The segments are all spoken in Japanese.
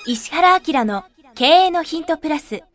石原明の経営のヒントプラス。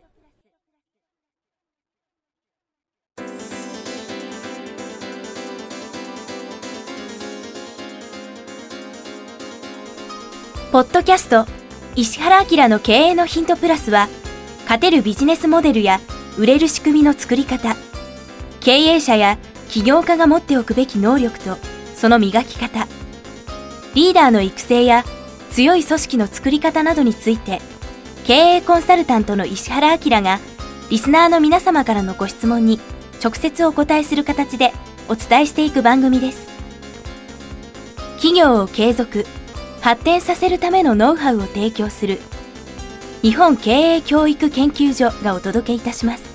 ポッドキャスト石原明の経営のヒントプラスは、勝てるビジネスモデルや売れる仕組みの作り方、経営者や起業家が持っておくべき能力とその磨き方、リーダーの育成や強い組織の作り方などについて、経営コンサルタントの石原明がリスナーの皆様からのご質問に直接お答えする形でお伝えしていく番組です。企業を継続発展させるためのノウハウを提供する日本経営教育研究所がお届けいたします。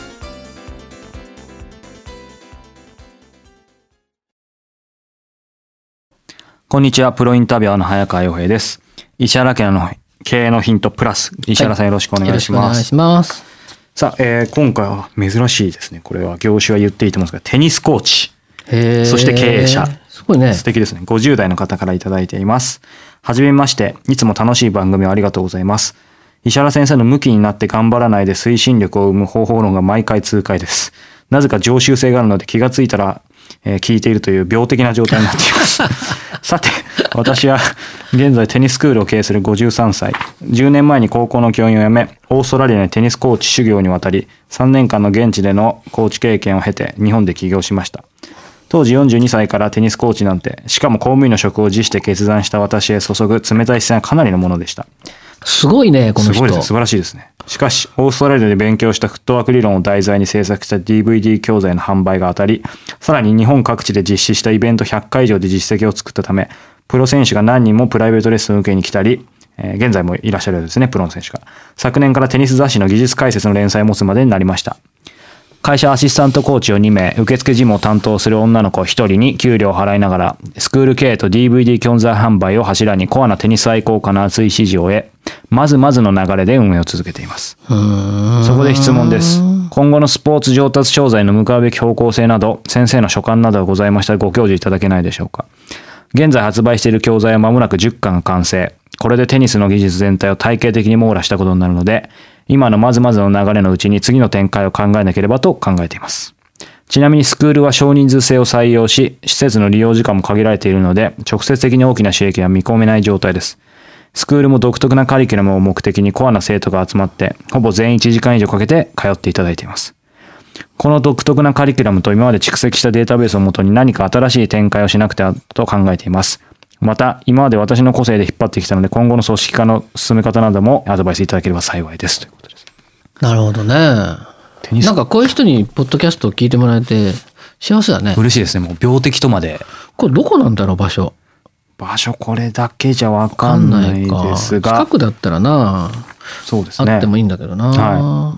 こんにちは、プロインタビュアーの早川洋平です。石原明の経営のヒントプラス、石原さんよろしくお願いします。 よろしくお願いします。 さあ、今回は珍しいですね。これは業種は言っていいと思うんですが、テニスコーチ、そして経営者、 すごいね。 素敵ですね。50代の方からいただいています。はじめまして、いつも楽しい番組をありがとうございます。石原先生の向きになって頑張らないで推進力を生む方法論が毎回痛快です。なぜか常習性があるので気がついたら、聞いているという病的な状態になっています。さて、私は現在テニススクールを経営する53歳。10年前に高校の教員を辞め、オーストラリアにテニスコーチ修行に渡り、3年間の現地でのコーチ経験を経て日本で起業しました。当時42歳からテニスコーチなんて、しかも公務員の職を辞して決断した私へ注ぐ冷たい視線はかなりのものでした。 すごいね、この人。 すごいです。素晴らしいですね。しかし、オーストラリアで勉強したフットワーク理論を題材に制作した DVD 教材の販売が当たり、さらに日本各地で実施したイベント100回以上で実績を作ったため、プロ選手が何人もプライベートレッスンを受けに来たり、現在もいらっしゃるようですね、プロの選手が。昨年からテニス雑誌の技術解説の連載を持つまでになりました。会社アシスタントコーチを2名、受付事務を担当する女の子1人に給料を払いながら、スクール経営と DVD 教材販売を柱にコアなテニス愛好家の熱い支持を得、まずまずの流れで運営を続けています。そこで質問です。今後のスポーツ上達商材の向かうべき方向性など、先生の所感などがございましたらご教示いただけないでしょうか。現在発売している教材は間もなく10巻完成。これでテニスの技術全体を体系的に網羅したことになるので、今のまずまずの流れのうちに次の展開を考えなければと考えています。ちなみにスクールは少人数制を採用し、施設の利用時間も限られているので、直接的に大きな収益は見込めない状態です。スクールも独特なカリキュラムを目的にコアな生徒が集まって、ほぼ全員1時間以上かけて通っていただいています。この独特なカリキュラムと今まで蓄積したデータベースをもとに何か新しい展開をしなくてはと考えています。また、今まで私の個性で引っ張ってきたので、今後の組織化の進め方などもアドバイスいただければ幸いです。ということです。 なるほどね。なんかこういう人にポッドキャストを聞いてもらえて幸せだね。 嬉しいですね。もう病的とまで。 これどこなんだろう、場所。 これだけじゃわかんないですが。 近くだったらな、 そうですね。 あってもいいんだけどな。 はい。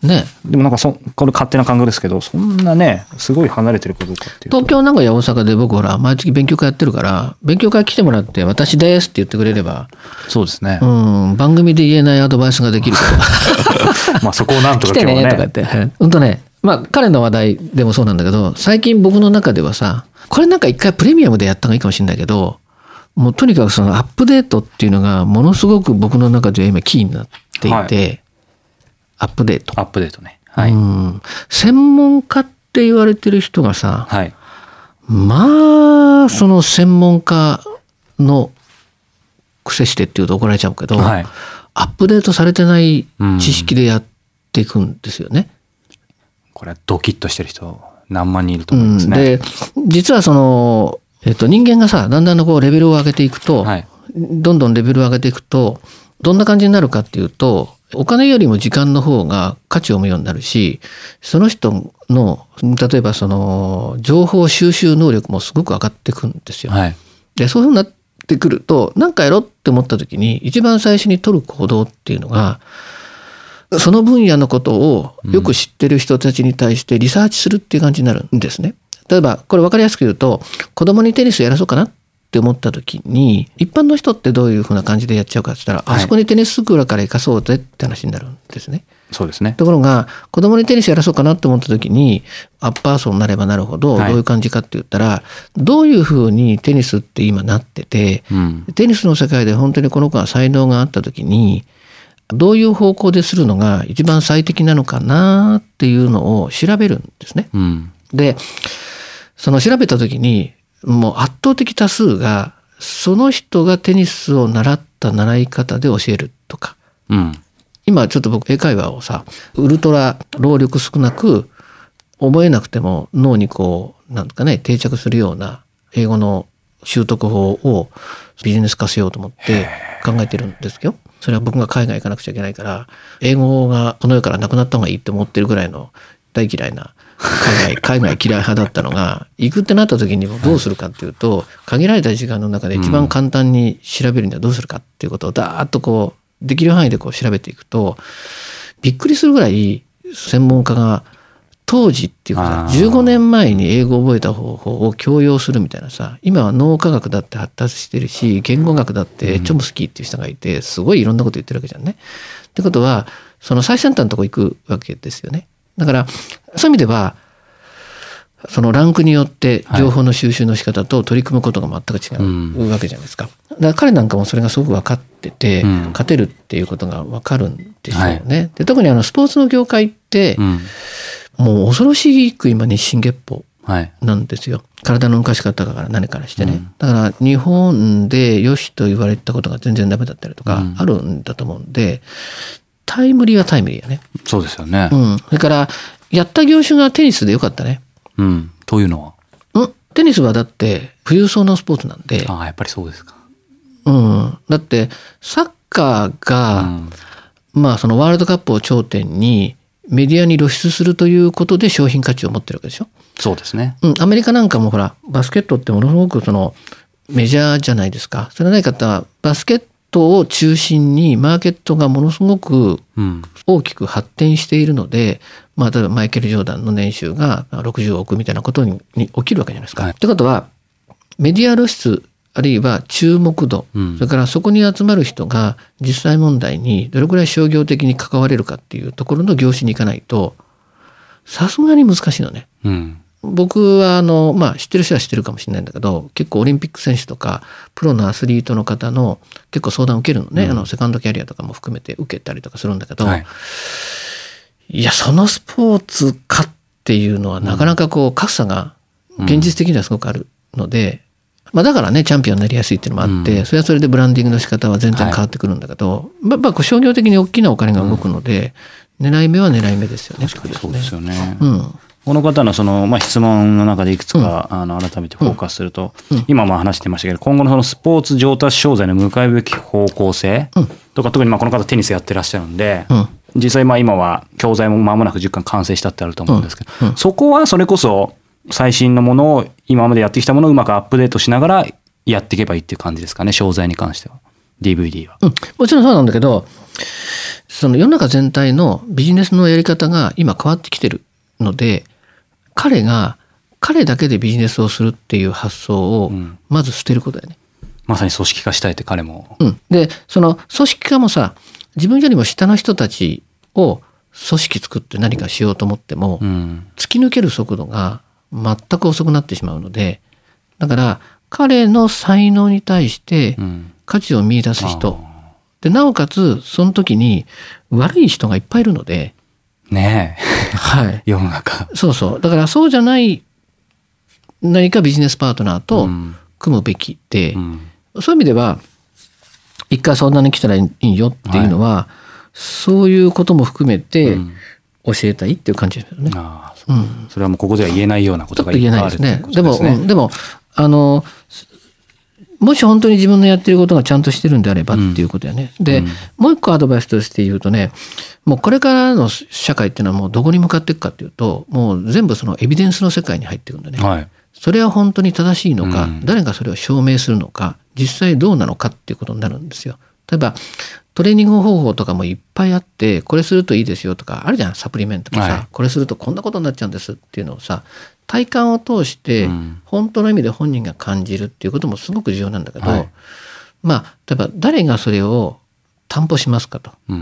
ね。 でもなんかこれ勝手な感覚ですけど、そんなね、すごい離れてるかどうかっていうと。 東京、名古屋、大阪で僕ほら、毎月勉強会やってるから、勉強会来てもらって、私ですって言ってくれれば。 そうですね。 番組で言えないアドバイスができるから。 まあそこをなんとか今日はね。 来てね、とか言って。ね。まあ彼の話題でもそうなんだけど、最近僕の中ではさ、これなんか一回プレミアムでやった方がいいかもしれないけど、もうとにかくそのアップデートっていうのがものすごく僕の中では今キーになっていて、はい、アップデートね。はい。専門家って言われてる人がさ、はい、まあその専門家の癖してっていうと怒られちゃうけど、はい、アップデートされてない知識でやっていくんですよね。 これはドキッとしてる人何万人いると思いますね。 で、実はその人間がさ、だんだんこうレベルを上げていくと、はい、どんどんレベルを上げていくと、どんな感じになるかっていうと、お金よりも時間の方が価値を生むようになるし、その人の、例えばその、情報収集能力もすごく上がっていくんですよ。はい、で、そういうふうになってくると、何かやろうって思った時に、一番最初に取る行動っていうのが、その分野のことをよく知ってる人たちに対してリサーチするっていう感じになるんですね。例えば、これ分かりやすく言うと、子供にテニスやらそうかなって思った時に、一般の人ってどういうふうな感じでやっちゃうかって言ったら、はい、あそこにテニススクールから行かそうぜって話になるんですね。 そうですね。 ところが子供にテニスやらそうかなと思った時にアッパー層になればなるほどどういう感じかって言ったら、どういうふうにテニスって今なってて、テニスの世界で本当にこの子が才能があった時にどういう方向でするのが一番最適なのかなっていうのを調べるんですね。でその調べた時にもう圧倒的多数がその人がテニスを習った習い方で教えるとか、今ちょっと僕英会話をさウルトラ労力少なく覚えなくても脳にこうなんかね定着するような英語の習得法をビジネス化しようと思って考えてるんですよ。それは僕が海外行かなくちゃいけないから英語がこの世からなくなった方がいいって思ってるぐらいの大嫌いな海外嫌い派だったのが行くってなった時にもどうするかっていうと、限られた時間の中で一番簡単に調べるにはどうするかっていうことをダーッとこうできる範囲でこう調べていくとびっくりするぐらい専門家が当時っていうか15年前に英語を覚えた方法を強要するみたいなさ、今は脳科学だって発達してるし言語学だってチョムスキーっていう人がいてすごいいろんなこと言ってるわけじゃんね。ってことはその最先端のとこ行くわけですよね。だからそういう意味ではそのランクによって情報の収集の仕方と取り組むことが全く違うわけじゃないですか。だから彼なんかもそれがすごく分かってて、勝てるっていうことが分かるんでしょうね。で特にスポーツの業界って、もう恐ろしく今日進月歩なんですよ。体の動かし方から何からしてね。だから日本で良しと言われたことが全然ダメだったりとかあるんだと思うんで、タイムリーはタイムリーやね。 そうですよね。 それからやった業種がテニスでよかったね。 というのはテニスはだって富裕層のスポーツなんで。 やっぱりそうですか。 だってサッカーが、そのワールドカップを頂点にメディアに露出するということで商品価値を持ってるわけでしょ。 そうですね。 アメリカなんかもほらバスケットってものすごくそのメジャーじゃないですか。それはない方はバスケットを中心にマーケットがものすごく大きく発展しているので、例えばマイケル・ジョーダンの年収が60億みたいなことに起きるわけじゃないですか。ってことはメディア露出あるいは注目度、それからそこに集まる人が実際問題にどれくらい商業的に関われるかっていうところの業種に行かないとさすがに難しいのね。僕は知ってる人は知ってるかもしれないんだけど、結構オリンピック選手とかプロのアスリートの方の結構相談を受けるのね。セカンドキャリアとかも含めて受けたりとかするんだけど、いやそのスポーツかっていうのはなかなかこう格差が現実的にはすごくあるので、だからねチャンピオンになりやすいっていうのもあって、それはそれでブランディングの仕方は全然変わってくるんだけど、商業的に大きなお金が動くので、狙い目は狙い目ですよね。 確かにそうですよね。この方の質問の中でいくつか、改めてフォーカスすると、今も話してましたけど、今後のそのスポーツ上達商材の向かうべき方向性とか、特にこの方テニスやってらっしゃるんで、実際今は教材も間もなく10巻完成したってあると思うんですけど、そこはそれこそ最新のものを今までやってきたものをうまくアップデートしながらやっていけばいいっていう感じですかね、商材に関しては。DVD は。 もちろんそうなんだけど、その世の中全体のビジネスのやり方が今変わってきてるので、彼だけでビジネスをするっていう発想をまず捨てることだよね。 まさに組織化したいって彼も。 で、その組織化もさ、自分よりも下の人たちを組織作って何かしようと思っても、突き抜ける速度が全く遅くなってしまうので、だから彼の才能に対して価値を見出す人、でなおかつその時に悪い人がいっぱいいるのでねえ、世の中。 そうだからそうじゃない何かビジネスパートナーと組むべきで、そういう意味では一回相談に来たらいいよっていうのは、そういうことも含めて教えたいっていう感じですよね。 それはもうここでは言えないようなことがいっぱいあるってことですね。 でももし本当に自分のやってることがちゃんとしてるんであればっていうことやね。で、もう一個アドバイスとして言うとね、もうこれからの社会っていうのはもうどこに向かっていくかっていうと、もう全部そのエビデンスの世界に入っていくんだね。それは本当に正しいのか、誰がそれを証明するのか、実際どうなのかっていうことになるんですよ。例えばトレーニング方法とかもいっぱいあって、これするといいですよとかあるじゃん、サプリメントとかさ、これするとこんなことになっちゃうんですっていうのをさ、体感を通して本当の意味で本人が感じるっていうこともすごく重要なんだけど、例えば誰がそれを担保しますかと、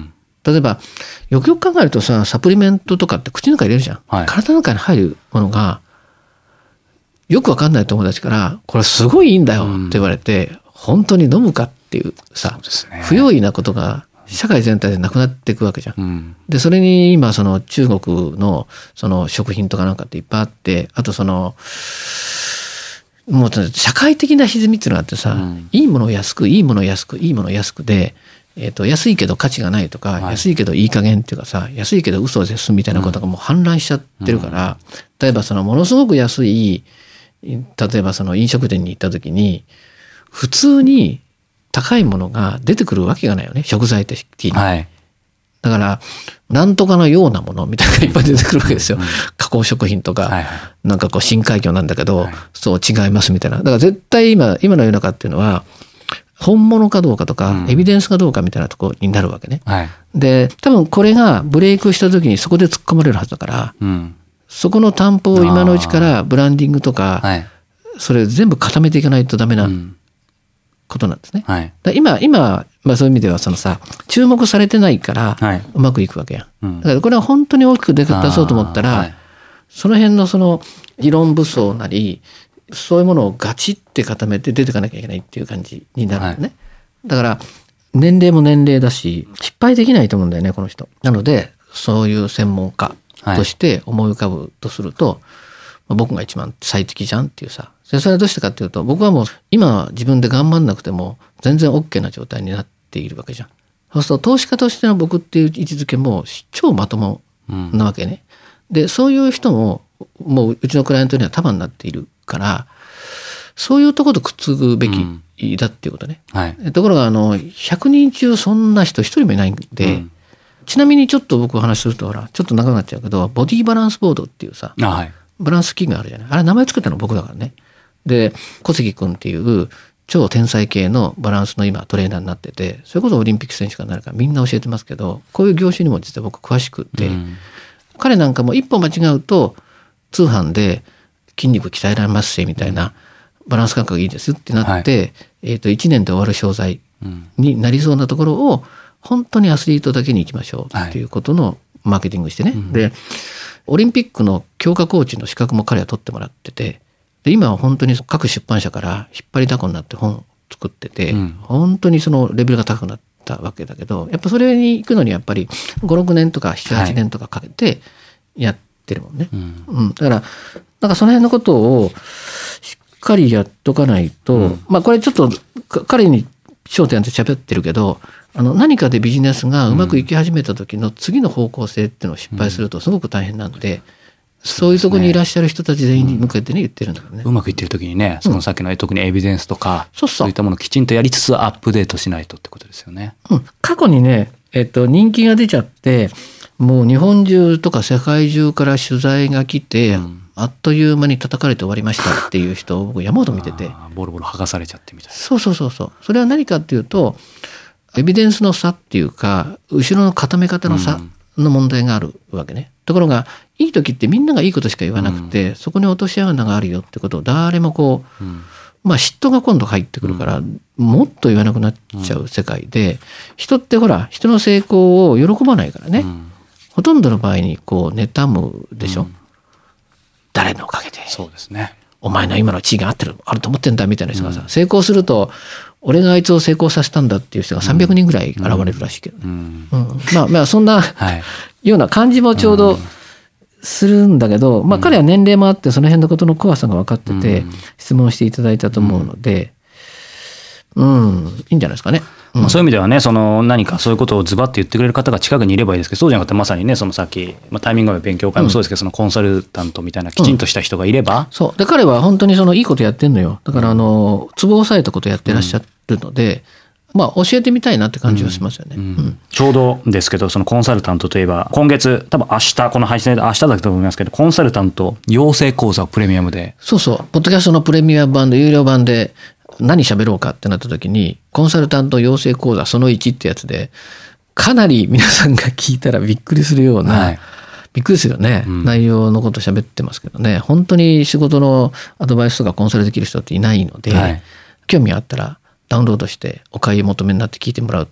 例えばよくよく考えるとさ、サプリメントとかって口の中に入れるじゃん、はい、体の中に入るものがよくわかんない友達からこれすごいいいんだよって言われて、本当に飲むかっていうさ、不用意なことが社会全体でなくなっていくわけじゃん。でそれに今その中国のその食品とかなんかっていっぱいあって、あとそのもう社会的な歪みっていうのがあってさ、いいものを安くいいものを安くいいものを安くで、安いけど価値がないとか、安いけどいい加減っていうかさ、安いけど嘘を絶すみたいなことがもう氾濫しちゃってるから、例えばそのものすごく安い、例えばその飲食店に行った時に普通に高いものが出てくるわけがないよね、食材的に、はい、だからなんとかのようなものみたいなのがいっぱい出てくるわけですよ、加工食品とか、はいはい、なんかこう深海魚なんだけど、はい、そう違いますみたいな。だから絶対今の世の中っていうのは本物かどうかとか、エビデンスかどうかみたいなところになるわけね、はい、で多分これがブレイクした時にそこで突っ込まれるはずだから、そこの担保を今のうちからブランディングとか、はい、それ全部固めていかないとダメなことなんですね、はい、だ今、まあ、そういう意味ではそのさ、注目されてないからうまくいくわけや、だからこれは本当に大きく出そうと思ったら、はい、その辺のその理論武装なりそういうものをガチって固めて出ていかなきゃいけないっていう感じになるんだね、はい、だから年齢も年齢だし失敗できないと思うんだよねこの人。なのでそういう専門家として思い浮かぶとすると、はい、僕が一番最適じゃんっていうさ。それはどうしてかっていうと、僕はもう今自分で頑張んなくても全然 OK な状態になっているわけじゃん。そうすると投資家としての僕っていう位置づけも超まともなわけね、でそういう人ももううちのクライアントには束になっているから、そういうところとくっつくべきだっていうことね、はい、ところが100人中そんな人一人もいないんで、ちなみにちょっと僕お話しするとほらちょっと長くなっちゃうけど、ボディバランスボードっていうさ、はい、バランス器具あるじゃない。あれ名前作ったの僕だからね。で小関君っていう超天才系のバランスの今トレーナーになってて、それこそオリンピック選手になるからみんな教えてますけど、こういう業種にも実は僕詳しくって、彼なんかも一歩間違うと通販で筋肉鍛えられますしみたいな、バランス感覚いいですってなって、はい、1年で終わる商材になりそうなところを本当にアスリートだけに行きましょうっていうことのマーケティングしてね、でオリンピックの強化コーチの資格も彼は取ってもらってて、で今は本当に各出版社から引っ張りだこになって本を作ってて、本当にそのレベルが高くなったわけだけど、やっぱそれに行くのにやっぱり 5,6 年とか 7,8 年とかかけてやってるもんね、だからなんかその辺のことをしっかりやっとかないと、まあこれちょっと彼に焦点当て喋ってるけど、何かでビジネスがうまくいき始めた時の次の方向性っていうのを失敗するとすごく大変なんで、そういうところにいらっしゃる人たち全員に向けてね言ってるんだよね。 うまくいってる時にね、そのさっきの特にエビデンスとか、そういったものをきちんとやりつつアップデートしないとってことですよね。 過去にね、人気が出ちゃってもう日本中とか世界中から取材が来て、あっという間に叩かれて終わりましたっていう人を僕山ほど見てて、 ボロボロ剥がされちゃってみたいな。 そう。それは何かっていうとエビデンスの差っていうか後ろの固め方の差の問題があるわけね。ところがいい時ってみんながいいことしか言わなくて、そこに落とし穴があるよってことを誰もこう、まあ嫉妬が今度入ってくるから、もっと言わなくなっちゃう世界で、人ってほら人の成功を喜ばないからね、ほとんどの場合にこう妬むでしょ、誰のおかげで、 そうですね、 お前の今の地位があると思ってんだみたいな人がさ、成功すると俺があいつを成功させたんだっていう人が300人ぐらい現れるらしいけどね、まあそんな、ような感じもちょうどするんだけど、まあ彼は年齢もあってその辺のことの怖さが分かってて質問していただいたと思うので、いいんじゃないですかね。 そういう意味ではね、その何かそういうことをズバッと言ってくれる方が近くにいればいいですけど、そうじゃなくてまさにね、そのさっき、タイミングの勉強会もそうですけど、そのコンサルタントみたいなきちんとした人がいれば、 そうで彼は本当にそのいいことやってんのよ。だからツボを押さえたことやってらっしゃるので、まあ教えてみたいなって感じはしますよね。 ちょうどですけど、そのコンサルタントといえば今月多分明日この配信で明日だと思いますけど、コンサルタント養成講座をプレミアムで、 ポッドキャストのプレミアム版で有料版で何喋ろうかってなった時にコンサルタント養成講座その1ってやつで、かなり皆さんが聞いたらびっくりするような、びっくりするよね、内容のこと喋ってますけどね、本当に仕事のアドバイスとかコンサルできる人っていないので、興味あったらダウンロードしてお買い求めになって聞いてもらうと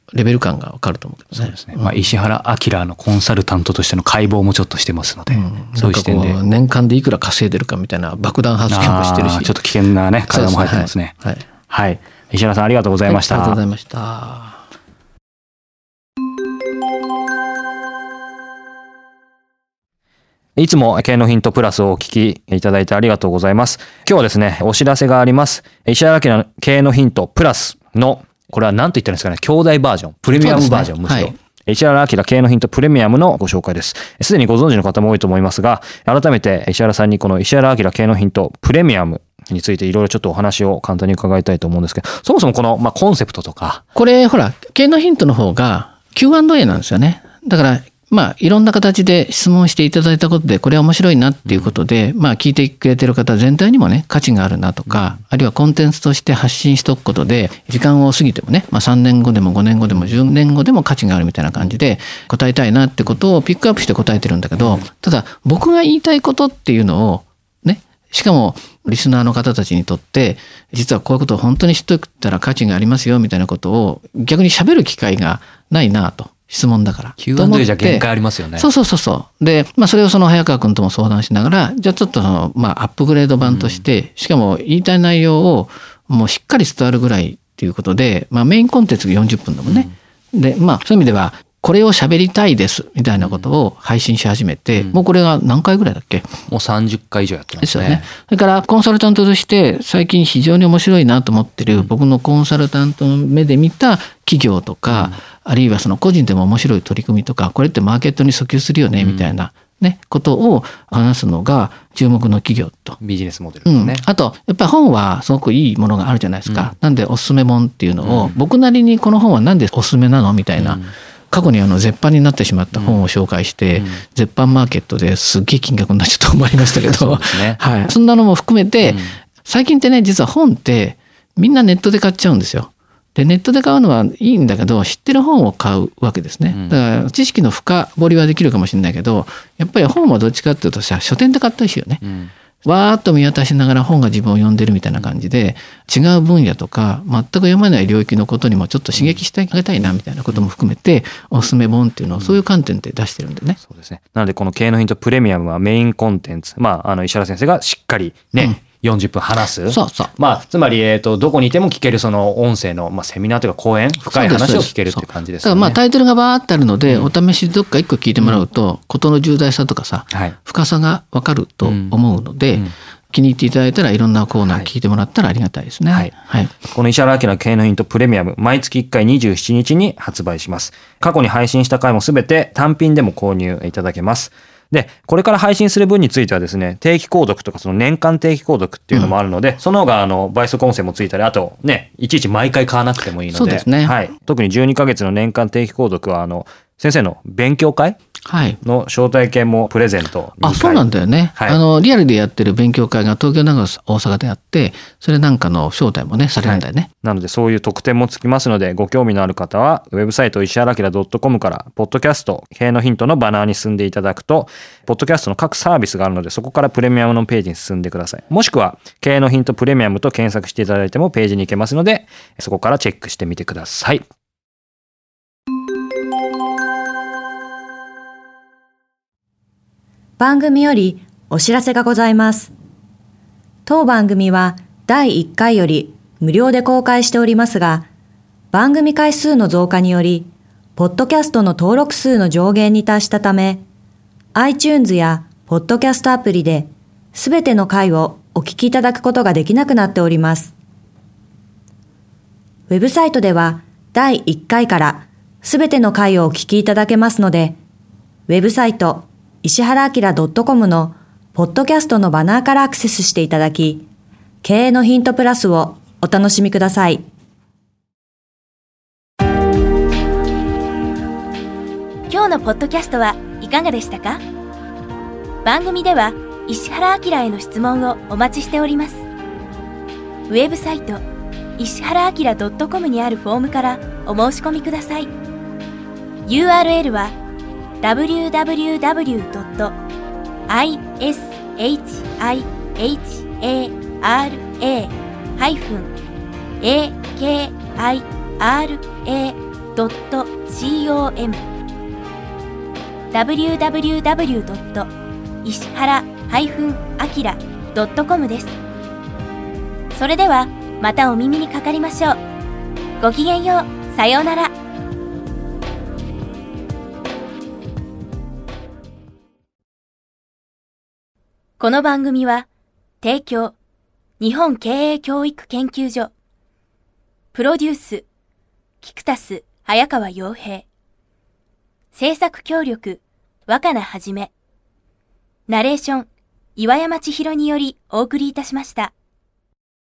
レベル感が分かると思うけどね。 そうですね。石原明のコンサルタントとしての解剖もちょっとしてますので、そういう視点で年間でいくら稼いでるかみたいな爆弾発言もしてるし、 ちょっと危険なね会話も入ってますね。はい、はい、石原さんありがとうございました。 ありがとうございました。 いつも経営のヒントプラスをお聞きいただいてありがとうございます。今日はですね、お知らせがあります。石原明の経営のヒントプラスの、これは何と言ったらいいんですかね、兄弟バージョン、プレミアムバージョン、むしろ。はい、石原明経営のヒントプレミアムのご紹介です。すでにご存知の方も多いと思いますが、改めて石原さんにこの石原明経営のヒントプレミアムについていろいろちょっとお話を簡単に伺いたいと思うんですけど、そもそもこの、コンセプトとか。 これほら、経営のヒントの方が Q&A なんですよね。だからいろんな形で質問していただいたことで、これは面白いなっていうことで、聞いてくれてる方全体にもね、価値があるなとか、あるいはコンテンツとして発信しておくことで、時間を過ぎてもね、3年後でも5年後でも10年後でも価値があるみたいな感じで答えたいなってことをピックアップして答えてるんだけど、ただ僕が言いたいことっていうのをね、しかもリスナーの方たちにとって、実はこういうことを本当に知っておいたら価値がありますよみたいなことを逆に喋る機会がないなと。質問だから。 Q&A じゃ限界ありますよね。 そう。で、それを早川君とも相談しながら、じゃあちょっとアップグレード版として、しかも言いたい内容をもうしっかり伝わるぐらいっていうことで、メインコンテンツが40分だもんね。で、そういう意味では、これを喋りたいですみたいなことを配信し始めて、もうこれが何回ぐらいだっけ？ もう30回以上やってますね。 ですよね。それからコンサルタントとして最近非常に面白いなと思ってる、僕のコンサルタントの目で見た企業とか、あるいはその個人でも面白い取り組みとか、これってマーケットに訴求するよねみたいなね、ことを話すのが注目の企業と。 ビジネスモデルですね。 あと、やっぱり本はすごくいいものがあるじゃないですか。なんでおすすめ本っていうのを、僕なりにこの本はなんでおすすめなのみたいな。過去に絶版になってしまった本を紹介して、絶版マーケットですっげえ金額になっちゃったと思いましたけど、そうですね。はい。そんなのも含めて、最近ってね、実は本ってみんなネットで買っちゃうんですよ。で、ネットで買うのはいいんだけど、知ってる本を買うわけですね。だから知識の深掘りはできるかもしれないけど、やっぱり本はどっちかっていうと書店で買ったりしよね。わーっと見渡しながら本が自分を読んでるみたいな感じで、違う分野とか全く読めない領域のことにもちょっと刺激してあげたいなみたいなことも含めて、おすすめ本っていうのをそういう観点で出してるんでね。 そうですね。なのでこの経営のヒントプレミアムはメインコンテンツ、石原先生がしっかりね、40分話す。 そう。 つまり、どこにいても聞けるその音声の、セミナーというか講演、深い話を聞けるっていう感じですね。 だからタイトルがバーってあるので、お試しどっか一個聞いてもらうと、事の重大さとかさ、深さがわかると思うので、気に入っていただいたらいろんなコーナー聞いてもらったらありがたいですね。はい。 この石原明の経営のヒントプレミアム、毎月1回27日に発売します。過去に配信した回もすべて単品でも購入いただけます。で、これから配信する分についてはですね、定期購読とかその年間定期購読っていうのもあるので、その方が倍速音声もついたり、あとね、いちいち毎回買わなくてもいいので、 そうですね。 はい。特に12ヶ月の年間定期購読は先生の勉強会の招待券もプレゼント。 そうなんだよね。リアルでやってる勉強会が東京、長野、大阪であって、それなんかの招待もね、されるんだよね。 なのでそういう特典もつきますので、ご興味のある方は、ウェブサイト石原明 .com から、ポッドキャスト、経営のヒントのバナーに進んでいただくと、ポッドキャストの各サービスがあるので、そこからプレミアムのページに進んでください。もしくは、経営のヒントプレミアムと検索していただいてもページに行けますので、そこからチェックしてみてください。 番組よりお知らせがございます。当番組は第1回より無料で公開しておりますが、番組回数の増加により、ポッドキャストの登録数の上限に達したため、iTunes やポッドキャストアプリで、すべての回をお聞きいただくことができなくなっております。ウェブサイトでは第1回からすべての回をお聞きいただけますので、ウェブサイト石原明 .com のポッドキャストのバナーからアクセスしていただき、経営のヒントプラスをお楽しみください。今日のポッドキャストはいかがでしたか？番組では石原明への質問をお待ちしております。ウェブサイト石原明 .com にあるフォームからお申し込みください。URL はwww.ishihara-akira.com www.ishihara-akira.com です。それではまたお耳にかかりましょう。ごきげんよう。さようなら。この番組は提供日本経営教育研究所、プロデュースキクタス早川洋平、制作協力若菜はじめ、ナレーション岩山千尋によりお送りいたしました。